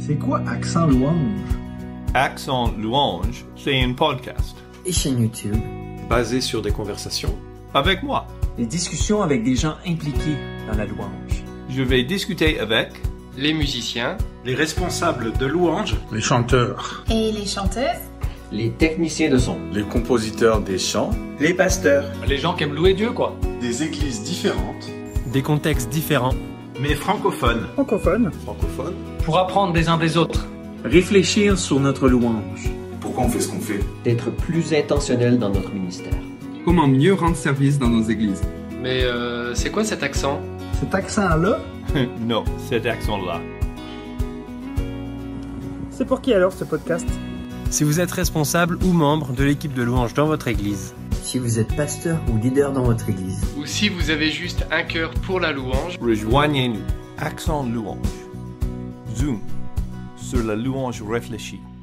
C'est quoi Accent Louange? Accent Louange, c'est un podcast. Et chaîne YouTube. Basé sur des conversations. Avec moi. Des discussions avec des gens impliqués dans la louange. Je vais discuter avec les musiciens, les responsables de louange, les chanteurs et les chanteuses, les techniciens de son, les compositeurs des chants, les pasteurs, les gens qui aiment louer Dieu, quoi. Des églises différentes, des contextes différents, mais francophones. Francophones. Pour apprendre des uns des autres. Réfléchir sur notre louange. Pourquoi on fait ce qu'on fait? D'être plus intentionnel dans notre ministère. Comment mieux rendre service dans nos églises. Mais c'est quoi cet accent? Cet accent-là? Non, cet accent-là. C'est pour qui alors ce podcast? Si vous êtes responsable ou membre de l'équipe de louange dans votre église. Si vous êtes pasteur ou leader dans votre église. Ou si vous avez juste un cœur pour la louange. Rejoignez-nous. Accent Louange. Zoom. Sur la louange réfléchie.